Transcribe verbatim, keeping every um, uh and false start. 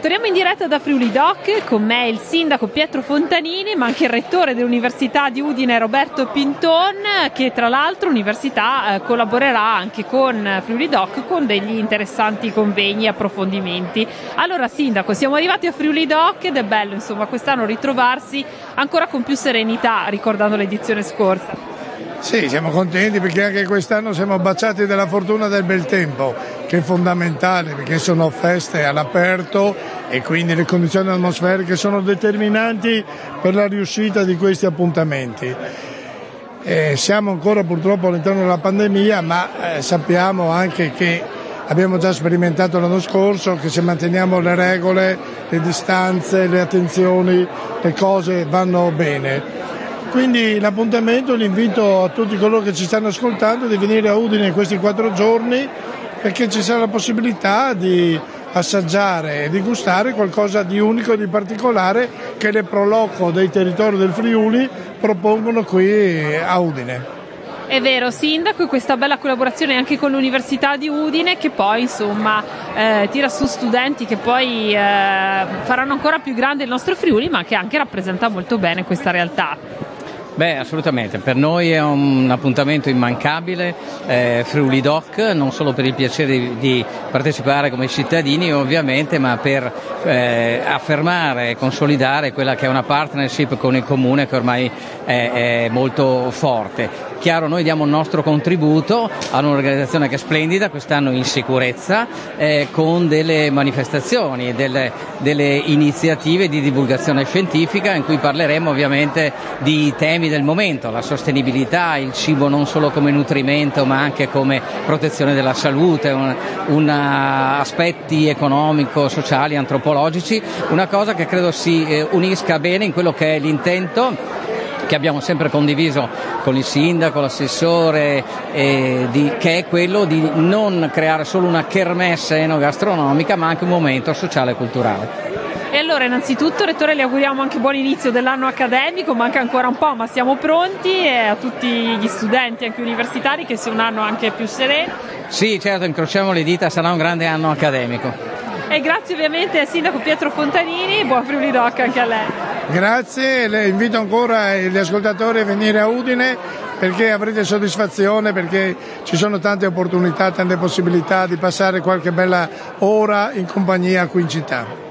torniamo in diretta da Friuli Doc, con me il sindaco Pietro Fontanini, ma anche il rettore dell'Università di Udine Roberto Pinton, che tra l'altro l'università eh, collaborerà anche con Friuli Doc con degli interessanti convegni e approfondimenti. Allora sindaco, siamo arrivati a Friuli Doc ed è bello insomma quest'anno ritrovarsi ancora con più serenità, ricordando l'edizione scorsa. Sì, siamo contenti perché anche quest'anno siamo baciati della fortuna del bel tempo, che è fondamentale perché sono feste all'aperto e quindi le condizioni atmosferiche sono determinanti per la riuscita di questi appuntamenti. Eh, siamo ancora purtroppo all'interno della pandemia, ma eh, sappiamo anche che abbiamo già sperimentato l'anno scorso che se manteniamo le regole, le distanze, le attenzioni, le cose vanno bene. Quindi l'appuntamento, l'invito a tutti coloro che ci stanno ascoltando di venire a Udine in questi quattro giorni perché ci sarà la possibilità di assaggiare e di gustare qualcosa di unico e di particolare che le Pro Loco dei territori del Friuli propongono qui a Udine. È vero, sindaco, e questa bella collaborazione anche con l'Università di Udine che poi insomma eh, tira su studenti che poi eh, faranno ancora più grande il nostro Friuli, ma che anche rappresenta molto bene questa realtà. Beh, assolutamente, per noi è un appuntamento immancabile, eh, Friuli Doc, non solo per il piacere di, di partecipare come cittadini ovviamente, ma per eh, affermare e consolidare quella che è una partnership con il Comune che ormai è, è molto forte. Chiaro, noi diamo il nostro contributo a un'organizzazione che è splendida, quest'anno in sicurezza, eh, con delle manifestazioni, delle, delle iniziative di divulgazione scientifica in cui parleremo ovviamente di temi del momento, la sostenibilità, il cibo non solo come nutrimento ma anche come protezione della salute, un, un aspetti economico, sociali, antropologici, una cosa che credo si eh, unisca bene in quello che è l'intento che abbiamo sempre condiviso con il sindaco, l'assessore, eh, di, che è quello di non creare solo una kermesse enogastronomica ma anche un momento sociale e culturale. E allora innanzitutto Rettore le auguriamo anche buon inizio dell'anno accademico, manca ancora un po' ma siamo pronti, e a tutti gli studenti anche universitari che sia un anno anche più sereno. Sì, certo, incrociamo le dita, sarà un grande anno accademico. E grazie ovviamente al sindaco Pietro Fontanini, buon Friuli Doc anche a lei. Grazie, le invito ancora gli ascoltatori a venire a Udine perché avrete soddisfazione, perché ci sono tante opportunità, tante possibilità di passare qualche bella ora in compagnia qui in città.